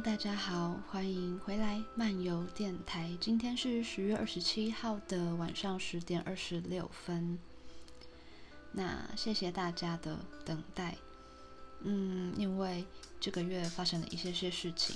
大家好，欢迎回来漫游电台。今天是10月27号的晚上10点26分。那谢谢大家的等待。因为这个月发生了一些事情，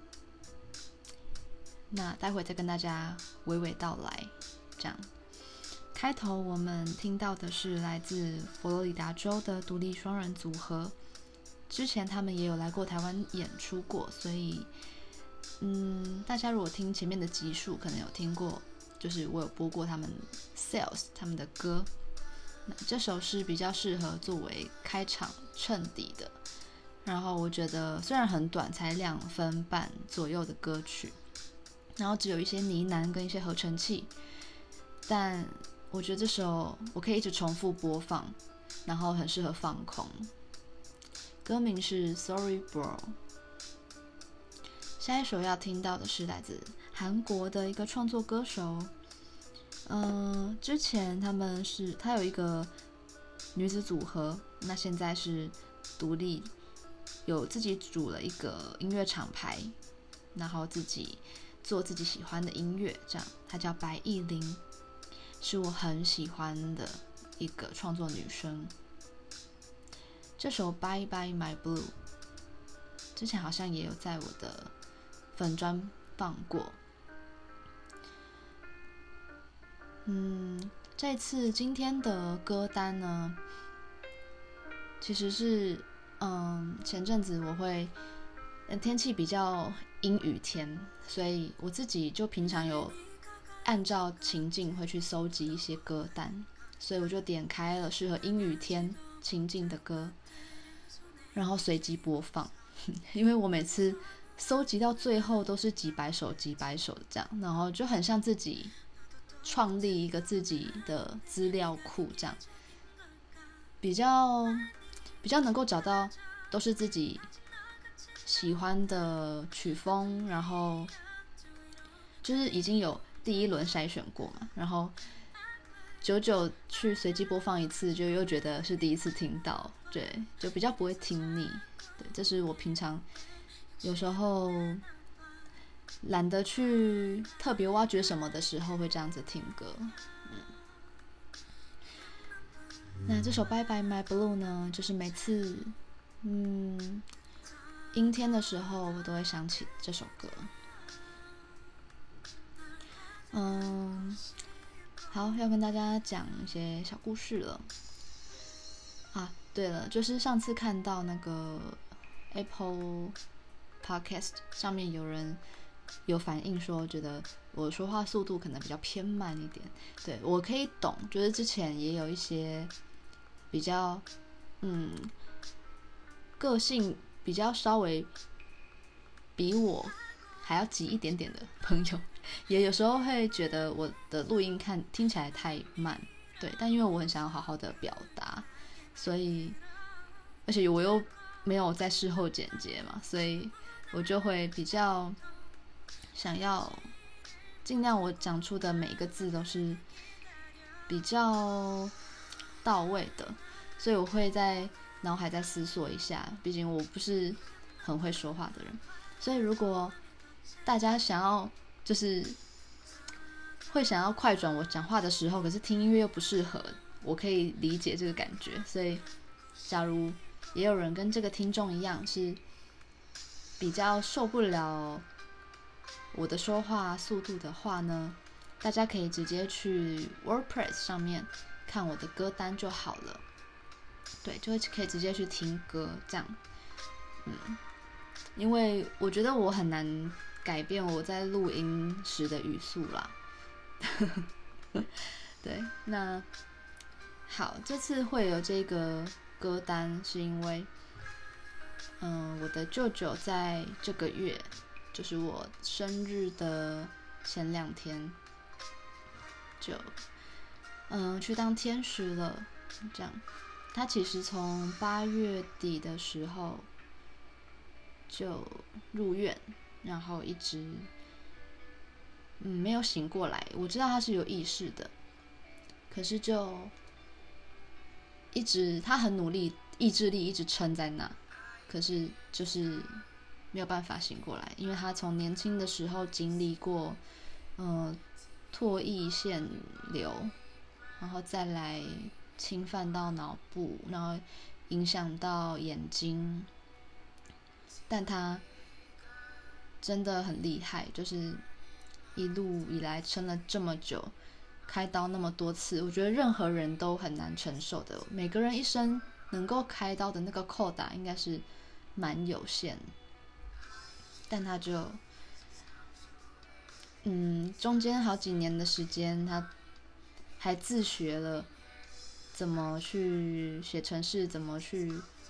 那待会再跟大家娓娓道来。这样，开头我们听到的是来自佛罗里达州的独立双人组合。之前他们也有来过台湾演出过，所以大家如果听前面的集数可能有听过，就是我有播过他们 Sales 他们的歌。那这首是比较适合作为开场衬底的，然后我觉得虽然很短，才2分半左右的歌曲，然后只有一些呢喃跟一些合成器，但我觉得这首我可以一直重复播放，然后很适合放空。歌名是 Sorry Bro。 下一首要听到的是来自韩国的一个创作歌手，之前他有一个女子组合，那现在是独立，有自己组了一个音乐厂牌，然后自己做自己喜欢的音乐，这样。她叫白艺玲，是我很喜欢的一个创作女生。这首 Bye Bye My Blue 之前好像也有在我的粉专放过。这次今天的歌单呢，其实是前阵子我会天气比较阴雨天，所以我自己就平常有按照情境会去搜集一些歌单，所以我就点开了适合阴雨天情境的歌，然后随机播放。因为我每次搜集到最后都是几百首的这样，然后就很像自己创立一个自己的资料库，这样比较能够找到都是自己喜欢的曲风，然后就是已经有第一轮筛选过嘛，然后久久去随机播放一次，就又觉得是第一次听到，对，就比较不会听腻。对，这是我平常有时候懒得去特别挖掘什么的时候会这样子听歌。那这首 Bye Bye My Blue 呢，就是每次阴天的时候我都会想起这首歌。好，要跟大家讲一些小故事了。对了，就是上次看到那个 Apple Podcast 上面有人有反映说，觉得我说话速度可能比较偏慢一点。对，我可以懂，就是之前也有一些比较个性比较稍微比我还要急一点点的朋友，也有时候会觉得我的录音听起来太慢。对，但因为我很想要好好的表达，所以而且我又没有在事后剪接嘛，所以我就会比较想要尽量我讲出的每一个字都是比较到位的，所以我会在脑海再思索一下，毕竟我不是很会说话的人。所以如果大家想要就是会想要快转我讲话的时候，可是听音乐又不适合，我可以理解这个感觉。所以假如也有人跟这个听众一样是比较受不了我的说话速度的话呢，大家可以直接去 WordPress 上面看我的歌单就好了。对，就可以直接去听歌这样。因为我觉得我很难改变我在录音时的语速啦。对，那好，这次会有这个歌单是因为我的舅舅在这个月，就是我生日的前2天就去当天使了，这样。他其实从8月底的时候就入院，然后一直没有醒过来。我知道他是有意识的，可是就他很努力，意志力一直撑在那，可是就是没有办法醒过来，因为他从年轻的时候经历过唾液腺瘤，然后再来侵犯到脑部，然后影响到眼睛，但他真的很厉害，就是一路以来撑了这么久，开刀那么多次，我觉得任何人都很难承受的。每个人一生能够开刀的那个扣打应该是蛮有限，但他就中间好几年的时间，他还自学了怎么去写程式，怎么去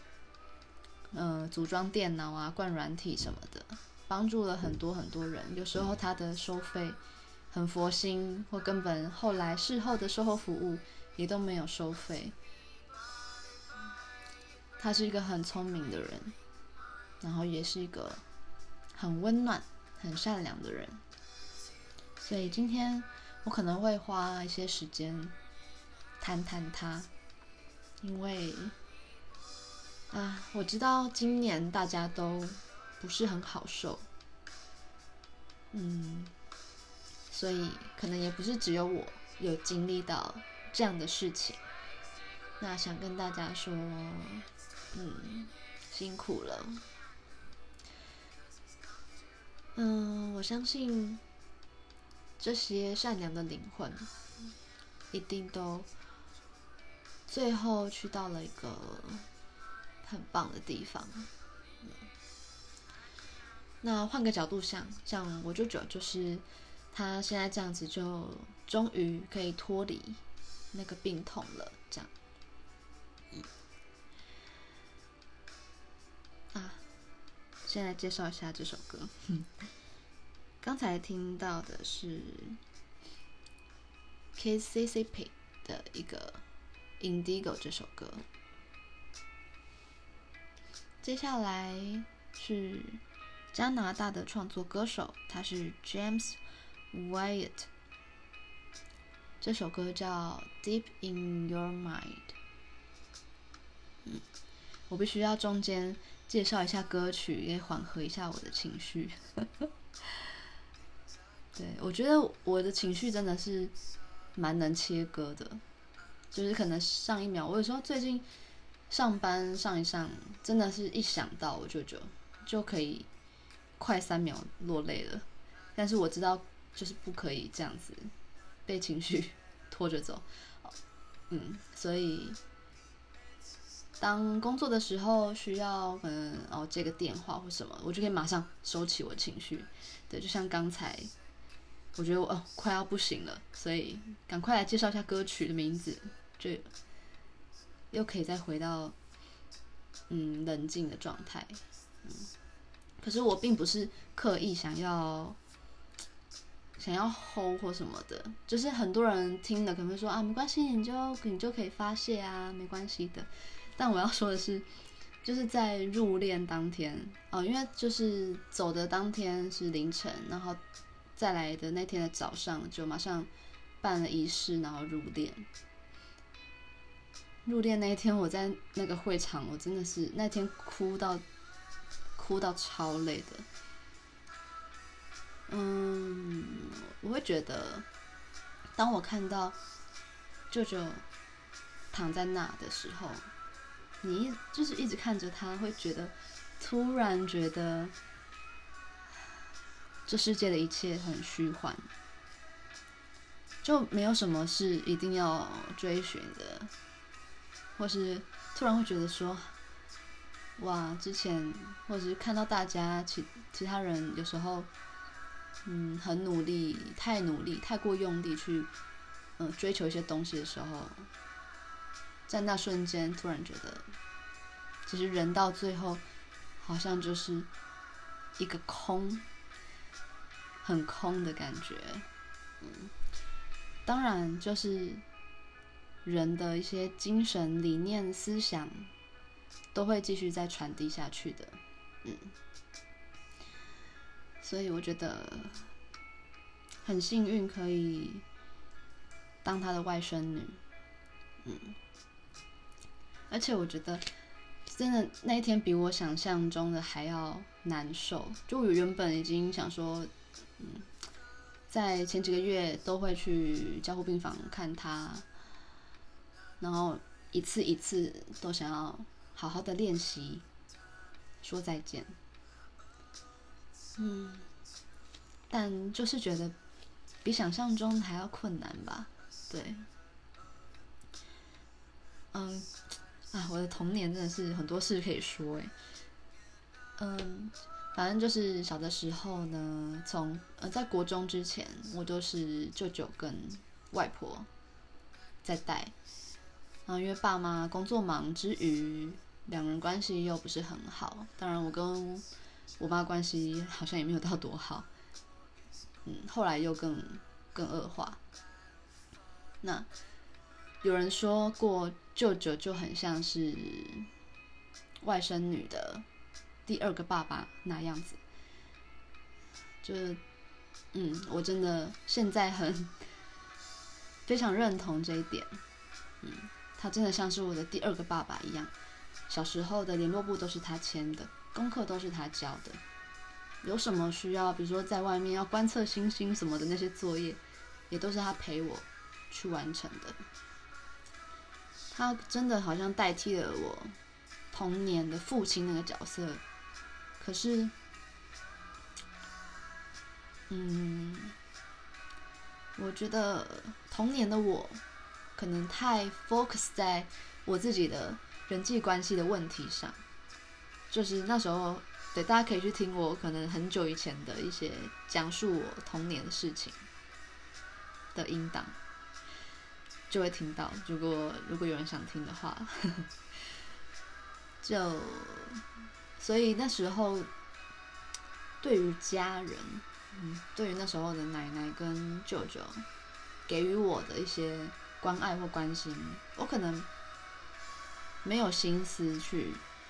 组装电脑啊、灌软体什么的，帮助了很多很多人。有时候他的收费很佛心，或根本后来事后的售后服务也都没有收费。他是一个很聪明的人，然后也是一个很温暖、很善良的人。所以今天我可能会花一些时间谈谈他，因为我知道今年大家都不是很好受，所以可能也不是只有我有经历到这样的事情。那想跟大家说，辛苦了。我相信这些善良的灵魂一定都最后去到了一个很棒的地方。那换个角度想，像我舅舅就是他现在这样子，就终于可以脱离那个病痛了，这样。先来介绍一下这首歌。刚才听到的是 KCCP 的一个 Indigo 这首歌。接下来是加拿大的创作歌手，他是 James Wyatt， 这首歌叫 Deep in Your Mind。我必须要中间介绍一下歌曲，也缓和一下我的情绪。对，我觉得我的情绪真的是蛮能切割的，就是可能上一秒，我有时候最近上班上一上，真的是一想到我就可以快3秒落泪了，但是我知道就是不可以这样子被情绪拖着走，所以当工作的时候需要接个电话或什么，我就可以马上收起我的情绪。对，就像刚才我觉得我快要不行了，所以赶快来介绍一下歌曲的名字，就又可以再回到冷静的状态。可是我并不是刻意想要 hold 或什么的，就是很多人听了可能会说没关系，你就可以发泄啊，没关系的。但我要说的是，就是在入殓当天因为就是走的当天是凌晨，然后再来的那天的早上就马上办了仪式，然后入殓。入殓那一天，我在那个会场，我真的是那天哭到超累的。我会觉得，当我看到舅舅躺在那的时候，你就是一直看着他，会觉得突然觉得这世界的一切很虚幻，就没有什么是一定要追寻的，或是突然会觉得说，哇，之前或者是看到大家其他人有时候很努力，太努力，太过用力去追求一些东西的时候，在那瞬间突然觉得，其实人到最后好像就是一个空，很空的感觉。当然就是人的一些精神理念思想都会继续再传递下去的。所以我觉得很幸运可以当他的外甥女。而且我觉得真的那一天比我想象中的还要难受。就我原本已经想说，在前几个月都会去加护病房看他，然后一次一次都想要好好的练习说再见。但就是觉得比想象中还要困难吧。对，我的童年真的是很多事可以说诶。反正就是小的时候呢，在国中之前，我都是舅舅跟外婆在带。然后因为爸妈工作忙之余，两人关系又不是很好。当然，我跟我妈关系好像也没有到多好。后来又更恶化。那有人说过，舅舅就很像是外甥女的第二个爸爸那样子。就是我真的现在非常认同这一点。他真的像是我的第二个爸爸一样。小时候的联络簿都是他签的，功课都是他教的。有什么需要，比如说在外面要观测星星什么的那些作业，也都是他陪我去完成的。他真的好像代替了我童年的父亲那个角色。可是，我觉得童年的我可能太 focus 在我自己的人际关系的问题上。就是那时候，对，大家可以去听我可能很久以前的一些讲述我童年的事情的音档，就会听到。如果有人想听的话，所以那时候对于家人，对于那时候的奶奶跟舅舅给予我的一些关爱或关心，我可能没有心思去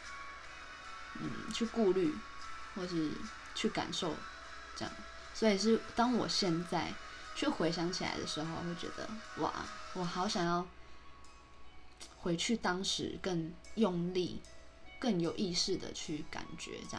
顾虑，或是去感受，这样。所以是当我现在去回想起来的时候，会觉得哇，我好想要回去当时更用力、更有意识的去感觉，这样。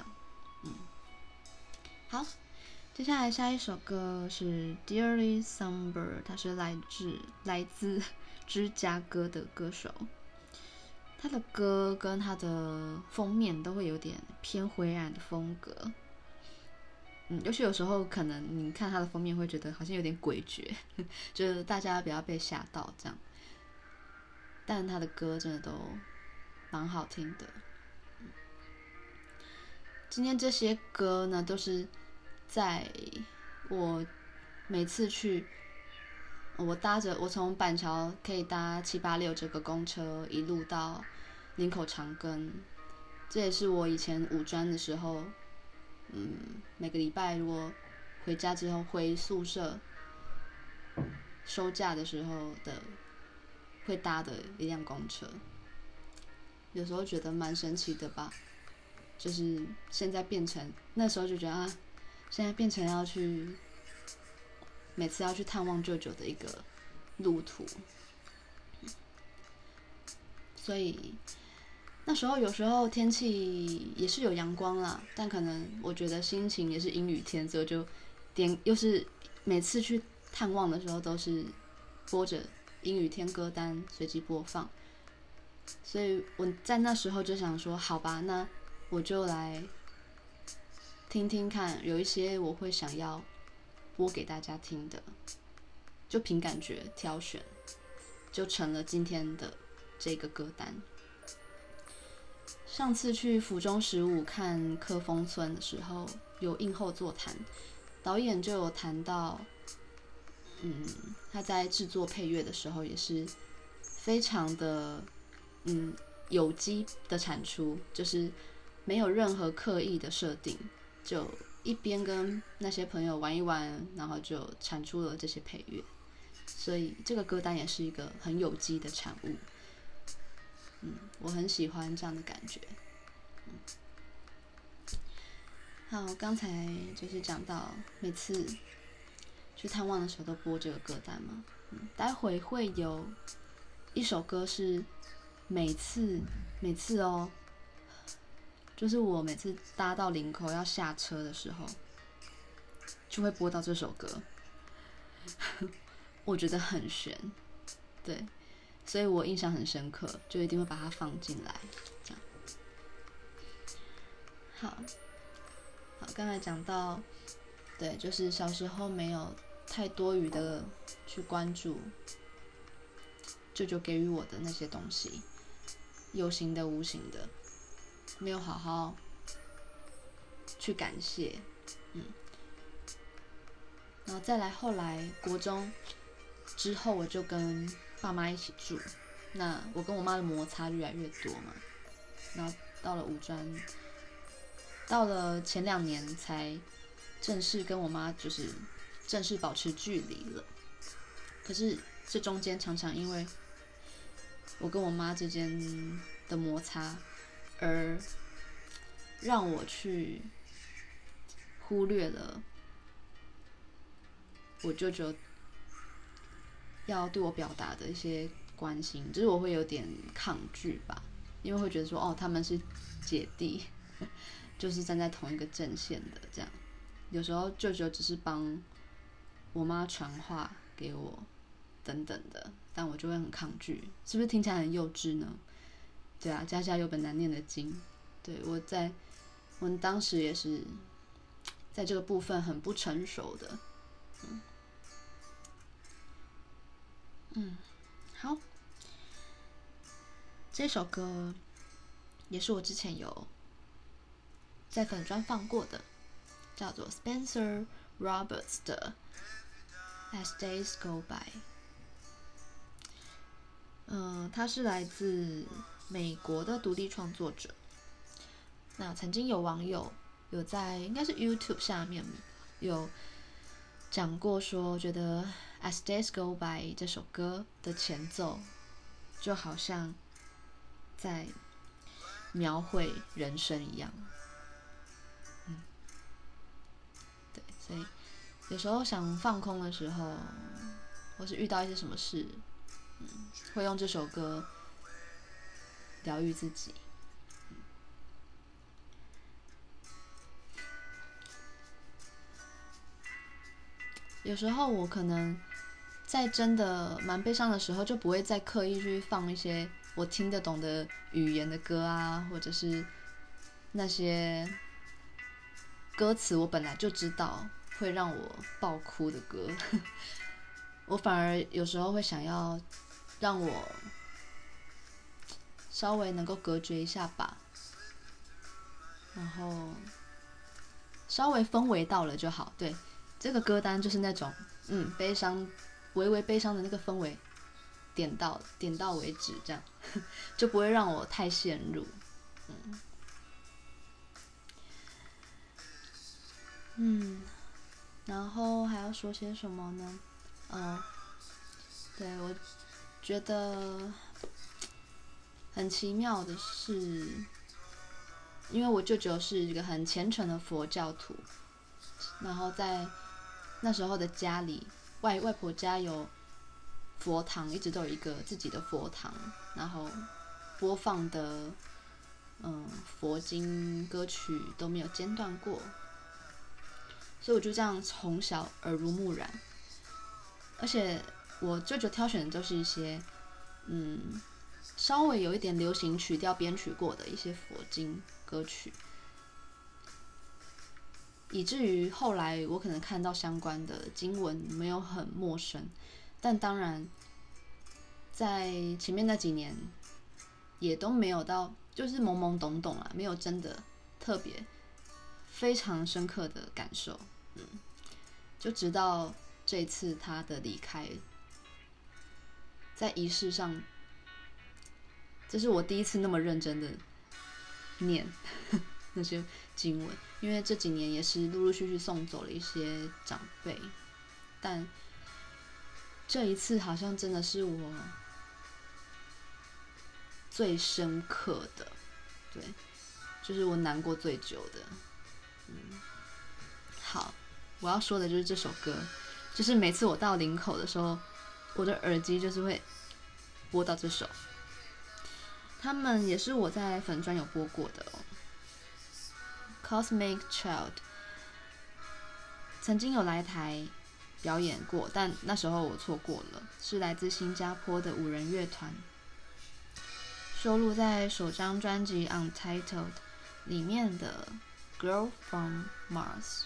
好，接下来下一首歌是 Dearly Somber， 它是来自芝加哥的歌手。他的歌跟他的封面都会有点偏灰暗的风格。尤其有时候可能你看他的封面会觉得好像有点诡谲，就是大家不要被吓到这样。但他的歌真的都蛮好听的。今天这些歌呢，都是在我每次去，我从板桥可以搭786这个公车一路到林口长庚。这也是我以前五专的时候，每个礼拜如果回家之后回宿舍收假的时候会搭的一辆公车。有时候觉得蛮神奇的吧，就是现在变成那时候就觉得现在变成每次要去探望舅舅的一个路途。所以那时候有时候天气也是有阳光啦，但可能我觉得心情也是阴雨天，所以就又是每次去探望的时候都是播着阴雨天歌单随机播放。所以我在那时候就想说，好吧，那我就来听听看，有一些我会想要播给大家听的，就凭感觉挑选，就成了今天的这个歌单。上次去府中15看柯风村的时候，有映后座谈，导演就有谈到，他在制作配乐的时候也是非常的，有机的产出，就是没有任何刻意的设定，就一边跟那些朋友玩一玩，然后就产出了这些配乐。所以这个歌单也是一个很有机的产物。我很喜欢这样的感觉。好，刚才就是讲到每次去探望的时候都播这个歌单嘛。待会会有一首歌是每次哦， 就是我每次搭到林口要下车的时候，就会播到这首歌，我觉得很悬，对，所以我印象很深刻，就一定会把它放进来，这样。好，刚才讲到，对，就是小时候没有太多余的去关注舅舅给予我的那些东西，有形的、无形的，没有好好去感谢，然后再来后来国中之后，我就跟爸妈一起住，那我跟我妈的摩擦就越来越多嘛，然后到了五专，到了前2年才正式跟我妈就是正式保持距离了。可是这中间常常因为我跟我妈之间的摩擦，而让我去忽略了我舅舅要对我表达的一些关心，就是我会有点抗拒吧，因为会觉得说，他们是姐弟，就是站在同一个阵线的这样。有时候舅舅只是帮我妈传话给我等等的，但我就会很抗拒，是不是听起来很幼稚呢？对啊，家家有本难念的经。对，我当时也是在这个部分很不成熟的。好，这首歌也是我之前有在粉专放过的，叫做 Spencer Roberts 的 As Days Go By。他是来自美国的独立创作者。那曾经有网友有在应该是 YouTube 下面有讲过说，觉得 As Days Go By 这首歌的前奏就好像在描绘人生一样。对，所以有时候想放空的时候，或是遇到一些什么事，会用这首歌疗愈自己。有时候我可能在真的蛮悲伤的时候，就不会再刻意去放一些我听得懂的语言的歌啊，或者是那些歌词我本来就知道会让我爆哭的歌。我反而有时候会想要让我稍微能够隔绝一下吧，然后稍微氛围到了就好。对，这个歌单就是那种悲伤，微微悲伤的那个氛围，点到为止，这样就不会让我太陷入。然后还要说些什么呢？对，我觉得很奇妙的是，因为我舅舅是一个很虔诚的佛教徒，然后在那时候的家里，外婆家有佛堂，一直都有一个自己的佛堂，然后播放的佛经歌曲都没有间断过，所以我就这样从小耳濡目染，而且我舅舅挑选的都是一些稍微有一点流行曲调编曲过的一些佛经歌曲，以至于后来我可能看到相关的经文没有很陌生，但当然在前面那几年也都没有到，就是懵懵懂懂啦，没有真的特别非常深刻的感受。就直到这次他的离开，在仪式上，这是我第一次那么认真的念那些经文，因为这几年也是陆陆续续送走了一些长辈，但这一次好像真的是我最深刻的，对，就是我难过最久的。好，我要说的就是这首歌，就是每次我到林口的时候，我的耳机就是会播到这首。他们也是我在粉专有播过的哦。 Cosmic Child 曾经有来台表演过，但那时候我错过了，是来自新加坡的5人乐团，收录在首张专辑 Untitled 里面的 Girl from Mars。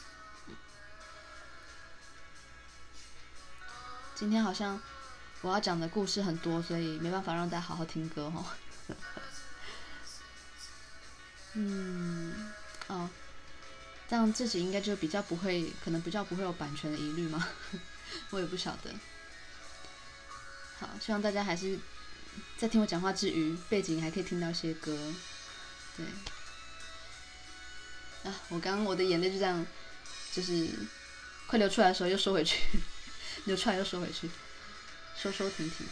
今天好像我要讲的故事很多，所以没办法让大家好好听歌哦。这样自己应该就比较不会，可能比较不会有版权的疑虑嘛，我也不晓得。好，希望大家还是在听我讲话之余，背景还可以听到一些歌。对，我的眼泪就这样，就是快流出来的时候又收回去，流出来又收回去，收收停停。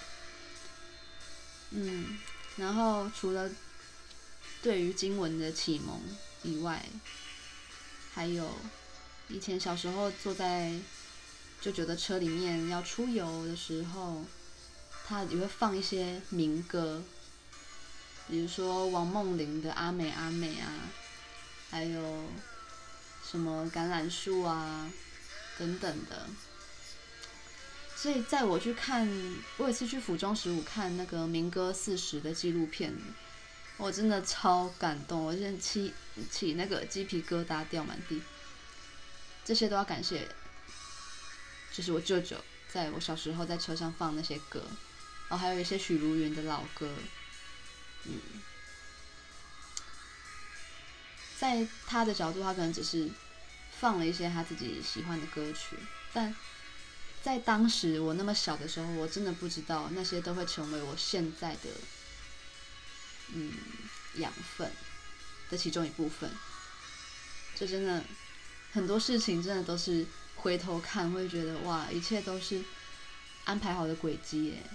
然后除了对于经文的启蒙以外，还有以前小时候坐在舅舅的车里面要出游的时候，他也会放一些民歌，比如说王梦麟的《阿美阿美》啊，还有什么橄榄树啊等等的。所以在我有一次去府中15看那个民歌40的纪录片，我真的超感动，我现在起那个鸡皮疙瘩掉满地。这些都要感谢，就是我舅舅在我小时候在车上放那些歌，然后还有一些许茹芸的老歌。在他的角度，他可能只是放了一些他自己喜欢的歌曲，但在当时我那么小的时候，我真的不知道那些都会成为我现在的养分的其中一部分。这真的很多事情真的都是回头看会觉得哇，一切都是安排好的轨迹耶。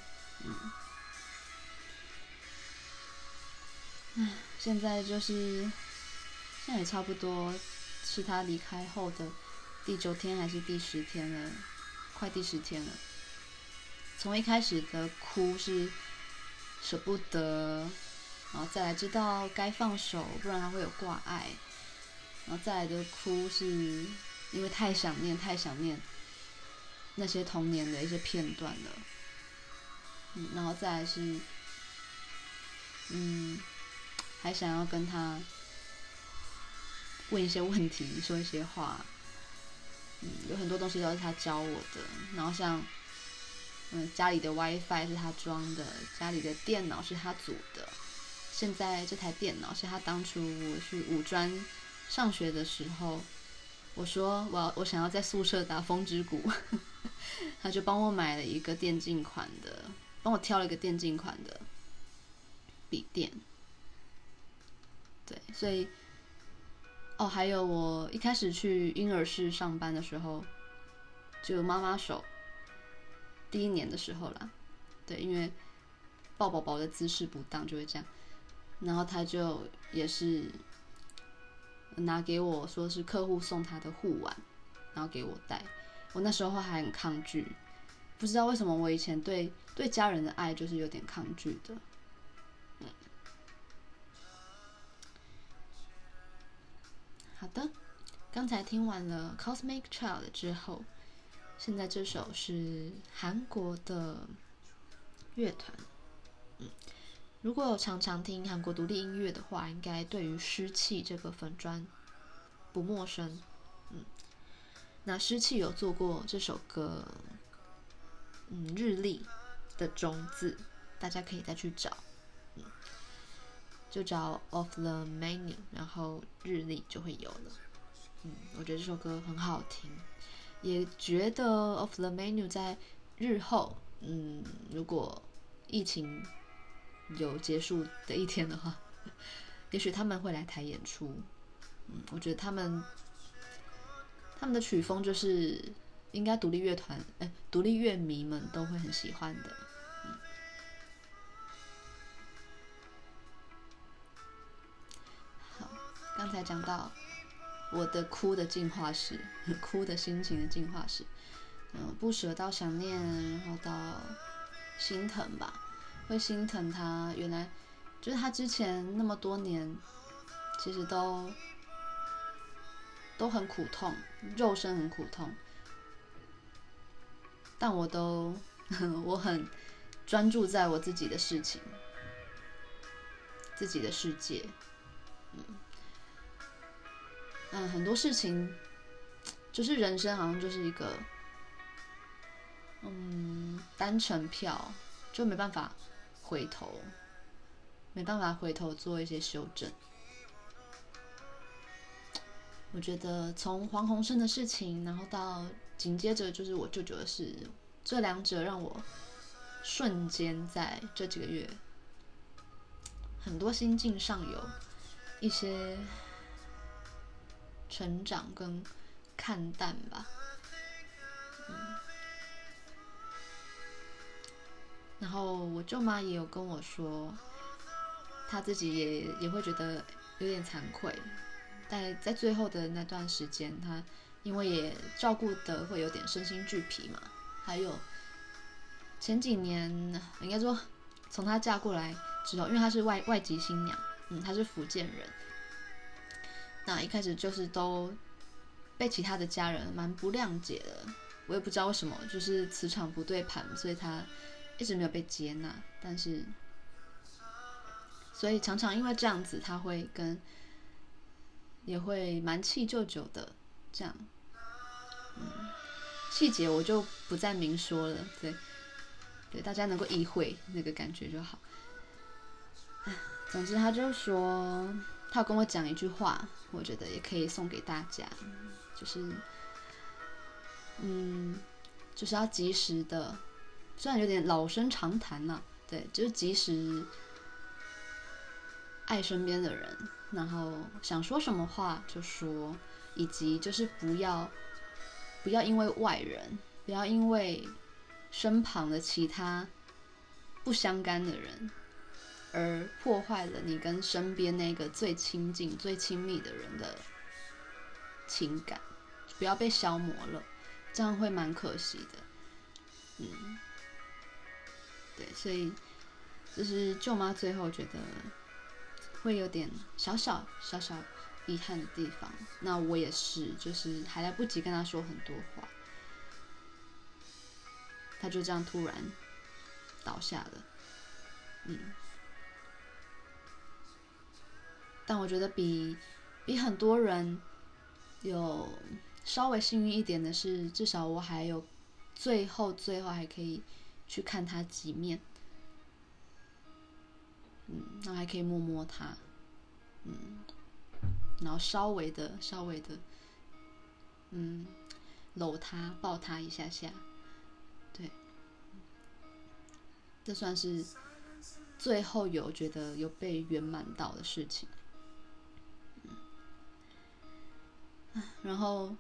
现在也差不多是他离开后的第9天还是第10天了，快第10天了。从一开始的哭是舍不得，然后再来知道该放手，不然他会有挂碍，然后再来的哭是因为太想念那些童年的一些片段了。然后再来是还想要跟他问一些问题，说一些话。有很多东西都是他教我的，然后像家里的 WiFi 是他装的，家里的电脑是他组的，现在这台电脑是他当初我去五专上学的时候，我说我想要在宿舍打风之谷，他就帮我买了一个电竞款的，帮我挑了一个电竞款的笔电。对，所以还有我一开始去婴儿室上班的时候，就妈妈手，第1年的时候啦，对，因为抱宝宝的姿势不当就会这样，然后他就也是拿给我说是客户送他的护腕，然后给我戴。我那时候还很抗拒，不知道为什么我以前对家人的爱就是有点抗拒的。好的，刚才听完了 Cosmic Child 之后，现在这首是韩国的乐团。如果有常常听韩国独立音乐的话，应该对于湿气这个粉专不陌生。那湿气有做过这首歌日历的中字，大家可以再去找。就找 Of the Menu， 然后日历就会有了。我觉得这首歌很好听，也觉得 Of the Menu 在日后，如果疫情有结束的一天的话，也许他们会来台演出。我觉得他们的曲风就是应该独立乐迷们都会很喜欢的。刚才讲到我的哭的进化史，哭的心情的进化史，不舍到想念，然后到心疼吧，会心疼他，原来就是他之前那么多年，其实都都很苦痛，肉身很苦痛，但我都我很专注在我自己的事情，自己的世界。很多事情就是人生好像就是一个单程票，就没办法回头，没办法回头做一些修正。我觉得从黄鸿升的事情，然后到紧接着就是我舅舅的事，这两者让我瞬间在这几个月很多心境上有一些成长跟看淡吧。然后我舅妈也有跟我说，她自己也会觉得有点惭愧，但在最后的那段时间，她因为也照顾的会有点身心俱疲嘛，还有前几年应该说从她嫁过来之后，因为她是外籍新娘，她是福建人，那一开始就是都被其他的家人蛮不谅解的，我也不知道为什么，就是磁场不对盘，所以她一直没有被接纳，但是所以常常因为这样子，他会也会蛮气舅舅的，这样，细节我就不再明说了，对，大家能够意会那个感觉就好。总之，他就说，他有跟我讲一句话，我觉得也可以送给大家，就是就是要及时的，虽然有点老生常谈了，对，就是及时爱身边的人，然后想说什么话就说，以及就是不要因为外人，不要因为身旁的其他不相干的人而破坏了你跟身边那个最亲近、最亲密的人的情感，不要被消磨了，这样会蛮可惜的。对，所以就是舅妈最后觉得会有点小小遗憾的地方。那我也是，就是还来不及跟她说很多话，她就这样突然倒下了。但我觉得比很多人有稍微幸运一点的是，至少我还有最后还可以去看他几面，然后还可以摸摸他，然后稍微的，搂他抱他一下下，对，这算是最后有觉得有被圆满到的事情。然后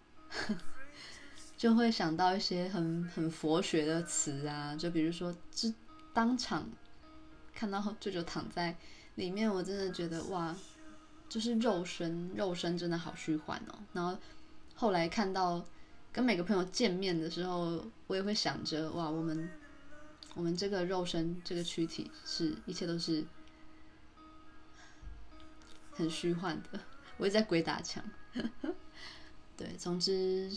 就会想到一些很佛学的词啊，就比如说，当场看到舅舅躺在里面，我真的觉得哇，就是肉身真的好虚幻哦。然后后来看到跟每个朋友见面的时候，我也会想着哇，我们这个肉身这个躯体一切都是很虚幻的，我一直在鬼打墙。对，总之，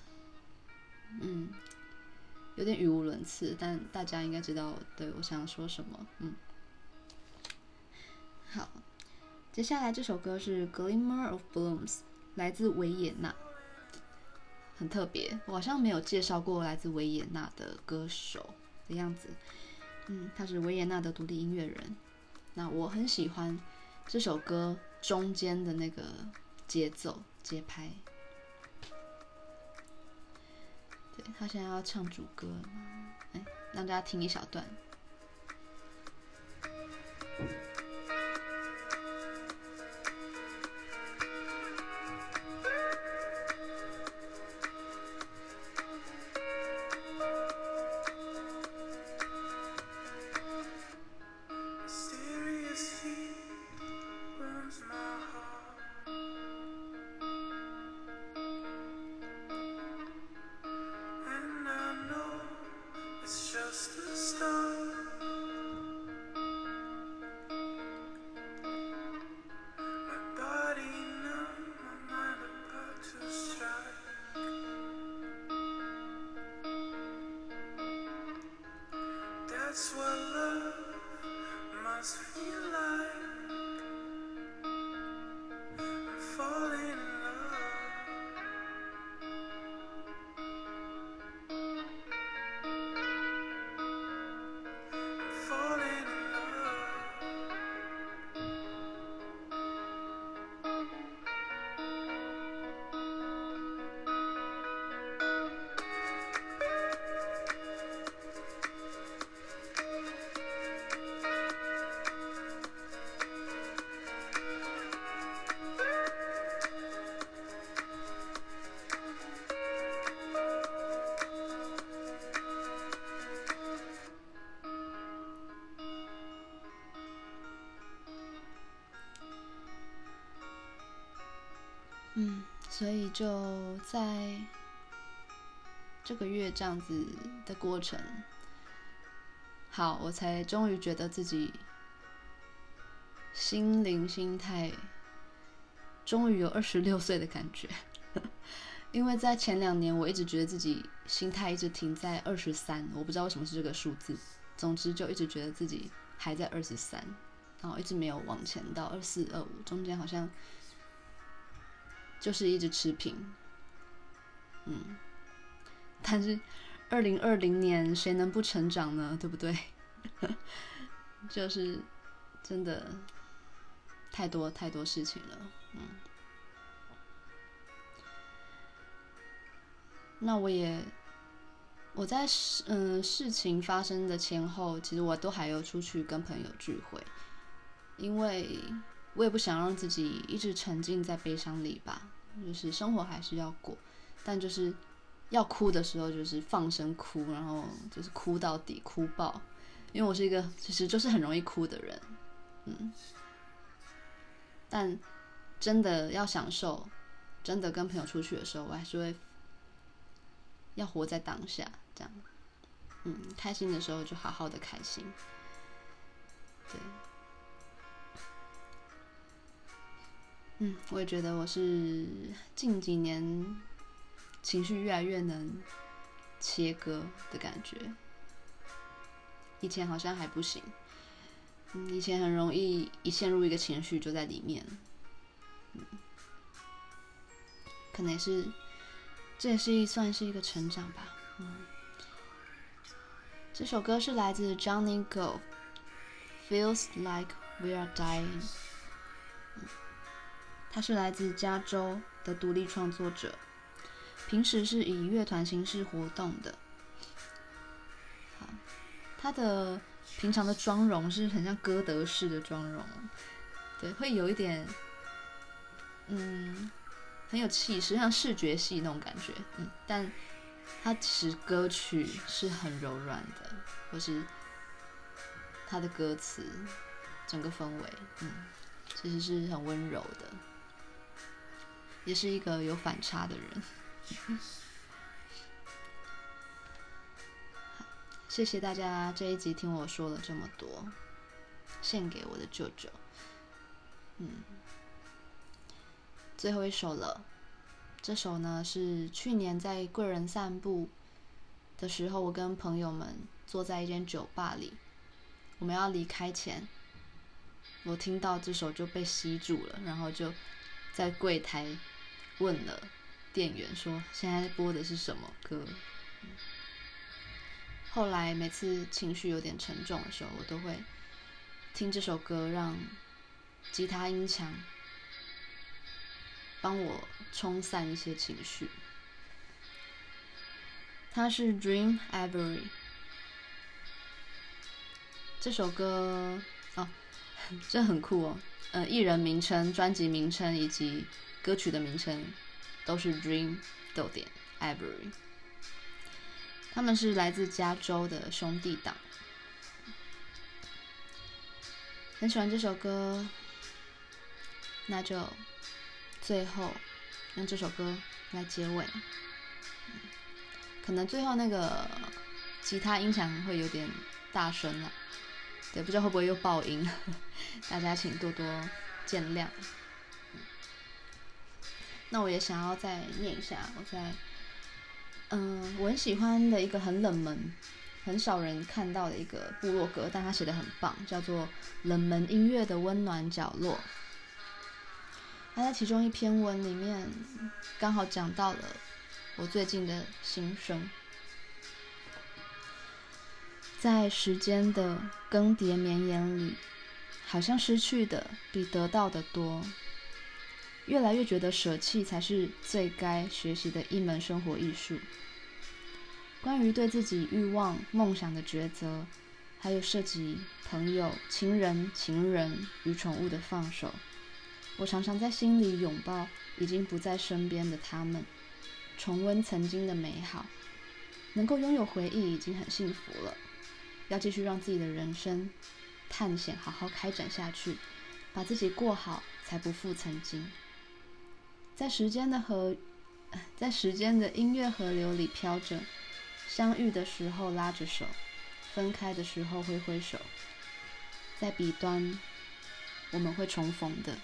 有点语无伦次，但大家应该知道对我想说什么。好，接下来这首歌是《Glimmer of Blooms》，来自维也纳，很特别，我好像没有介绍过来自维也纳的歌手的样子。他是维也纳的独立音乐人。那我很喜欢这首歌中间的那个节奏节拍。对，他现在要唱主歌了，让大家听一小段。 Just a start. That's what love must feel like. I'm falling in love. I'm falling in love. 所以就在这个月这样子的过程，好，我才终于觉得自己心灵心态终于有26岁的感觉。因为在前2年我一直觉得自己心态一直停在23，我不知道为什么是这个数字，总之就一直觉得自己还在23，然后一直没有往前到24、25，中间好像就是一直持平。但是2020年谁能不成长呢？对不对？就是真的太多太多事情了。那我在事情发生的前后，其实我都还有出去跟朋友聚会，因为我也不想让自己一直沉浸在悲伤里吧，就是生活还是要过，但就是要哭的时候就是放声哭，然后就是哭到底，哭爆。因为我是一个其实就是很容易哭的人，但真的要享受，真的跟朋友出去的时候，我还是会要活在当下，这样。开心的时候就好好的开心，对。我也觉得我是近几年情绪越来越能切割的感觉，以前好像还不行。以前很容易一陷入一个情绪就在里面，可能这也是算是一个成长吧。这首歌是来自 Johnny Go，Feels Like We Are Dying。他是来自加州的独立创作者，平时是以乐团形式活动的。他的平常的妆容是很像歌德式的妆容，对，会有一点，很有气势，像视觉系那种感觉，但他其实歌曲是很柔软的，或是他的歌词整个氛围，其实是很温柔的，也是一个有反差的人。谢谢大家这一集听我说了这么多，献给我的舅舅。最后一首了，这首呢是去年在贵人散步的时候，我跟朋友们坐在一间酒吧里，我们要离开前，我听到这首就被吸住了，然后就在柜台问了店员说现在播的是什么歌。后来每次情绪有点沉重的时候，我都会听这首歌，让吉他音墙帮我冲散一些情绪。它是 Dream Avery 这首歌这很酷哦。艺人名称、专辑名称以及歌曲的名称都是 Dream Avery。他们是来自加州的兄弟档，很喜欢这首歌，那就最后用这首歌来结尾。可能最后那个吉他音响会有点大声了，对，不知道会不会又爆音，大家请多多见谅。那我也想要再念一下，我很喜欢的一个很冷门很少人看到的一个部落格，但他写得很棒，叫做《冷门音乐的温暖角落》。他在其中一篇文里面刚好讲到了我最近的心声。在时间的更迭绵延里，好像失去的比得到的多，越来越觉得舍弃才是最该学习的一门生活艺术。关于对自己欲望、梦想的抉择，还有涉及朋友、亲人、情人与宠物的放手，我常常在心里拥抱已经不在身边的他们，重温曾经的美好。能够拥有回忆已经很幸福了，要继续让自己的人生探险好好开展下去，把自己过好，才不负曾经。在时间的音乐河流里飘着，相遇的时候拉着手，分开的时候挥挥手，在彼端我们会重逢的。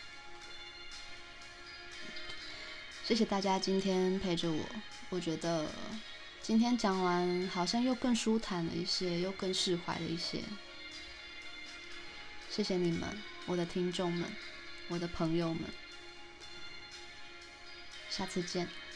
谢谢大家今天陪着我，我觉得今天讲完好像又更舒坦了一些，又更释怀了一些。谢谢你们，我的听众们，我的朋友们，下次见。